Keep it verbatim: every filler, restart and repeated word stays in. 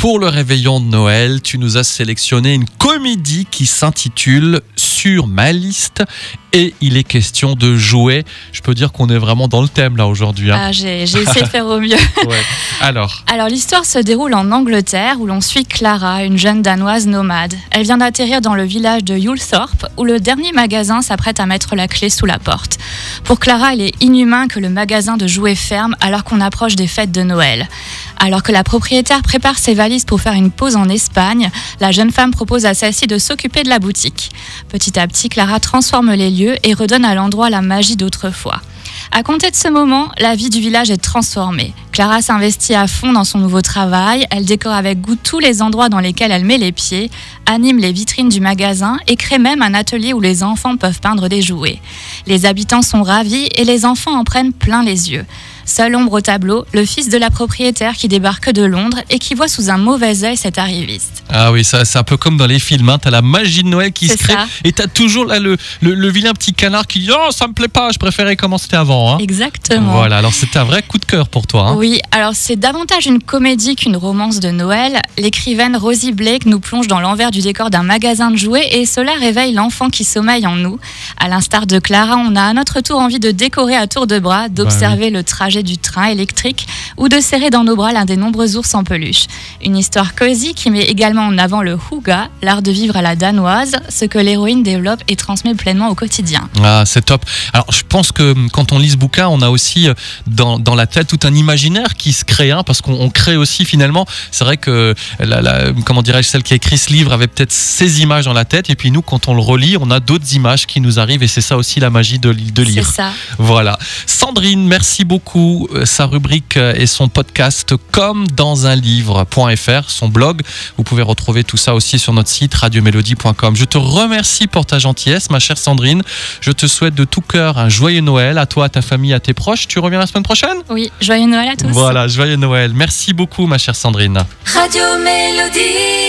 pour le réveillon de Noël, tu nous as sélectionné une comédie qui s'intitule Sur ma liste et il est question de jouets. Je peux dire qu'on est vraiment dans le thème là aujourd'hui. Hein. Ah, j'ai, j'ai essayé de faire au mieux. Ouais. Alors Alors l'histoire se déroule en Angleterre où l'on suit Clara, une jeune danoise nomade. Elle vient d'atterrir dans le village de Yulthorpe où le dernier magasin s'apprête à mettre la clé sous la porte. Pour Clara, il est inhumain que le magasin de jouets ferme alors qu'on approche des fêtes de Noël. Alors que la propriétaire prépare ses valises pour faire une pause en Espagne, la jeune femme propose à celle-ci de s'occuper de la boutique. Petit à petit, Clara transforme les lieux et redonne à l'endroit la magie d'autrefois. À compter de ce moment, la vie du village est transformée. Clara s'investit à fond dans son nouveau travail, elle décore avec goût tous les endroits dans lesquels elle met les pieds, anime les vitrines du magasin et crée même un atelier où les enfants peuvent peindre des jouets. Les habitants sont ravis et les enfants en prennent plein les yeux. Seule ombre au tableau, le fils de la propriétaire qui débarque de Londres et qui voit sous un mauvais œil cet arriviste. Ah oui, ça, c'est un peu comme dans les films, hein. T'as la magie de Noël qui C'est se crée ça. et t'as toujours là le, le, le vilain petit canard qui dit « Oh, ça me plaît pas, je préférais comment c'était avant. Hein. » Exactement. Voilà, alors c'était un vrai coup de cœur pour toi. Hein. Oui, alors c'est davantage une comédie qu'une romance de Noël. L'écrivaine Rosie Blake nous plonge dans l'envers du décor d'un magasin de jouets et cela réveille l'enfant qui sommeille en nous. À l'instar de Clara, on a à notre tour envie de décorer à tour de bras, d'observer le trajet du train électrique ou de serrer dans nos bras l'un des nombreux ours en peluche. Une histoire cosy qui met également en avant le hygge, l'art de vivre à la danoise, ce que l'héroïne développe et transmet pleinement au quotidien. Ah, c'est top. Alors, je pense que quand on lit ce bouquin, on a aussi dans, dans la tête tout un imaginaire qui se crée, hein, parce qu'on on crée aussi finalement. C'est vrai que la, la, comment dirais-je, celle qui a écrit ce livre avait peut-être ces images dans la tête, et puis nous, quand on le relit, on a d'autres images qui nous arrivent, et c'est ça aussi la magie de, de lire. C'est ça. Voilà. Sandrine, merci beaucoup. Sa rubrique et son podcast comme dans un livre point f r, son blog. Vous pouvez retrouver tout ça aussi sur notre site radio mélodie point com. Je te remercie pour ta gentillesse, ma chère Sandrine. Je te souhaite de tout cœur un joyeux Noël à toi, à ta famille, à tes proches. Tu reviens la semaine prochaine ? Oui, joyeux Noël à tous. Voilà, joyeux Noël. Merci beaucoup, ma chère Sandrine. Radio Mélodie.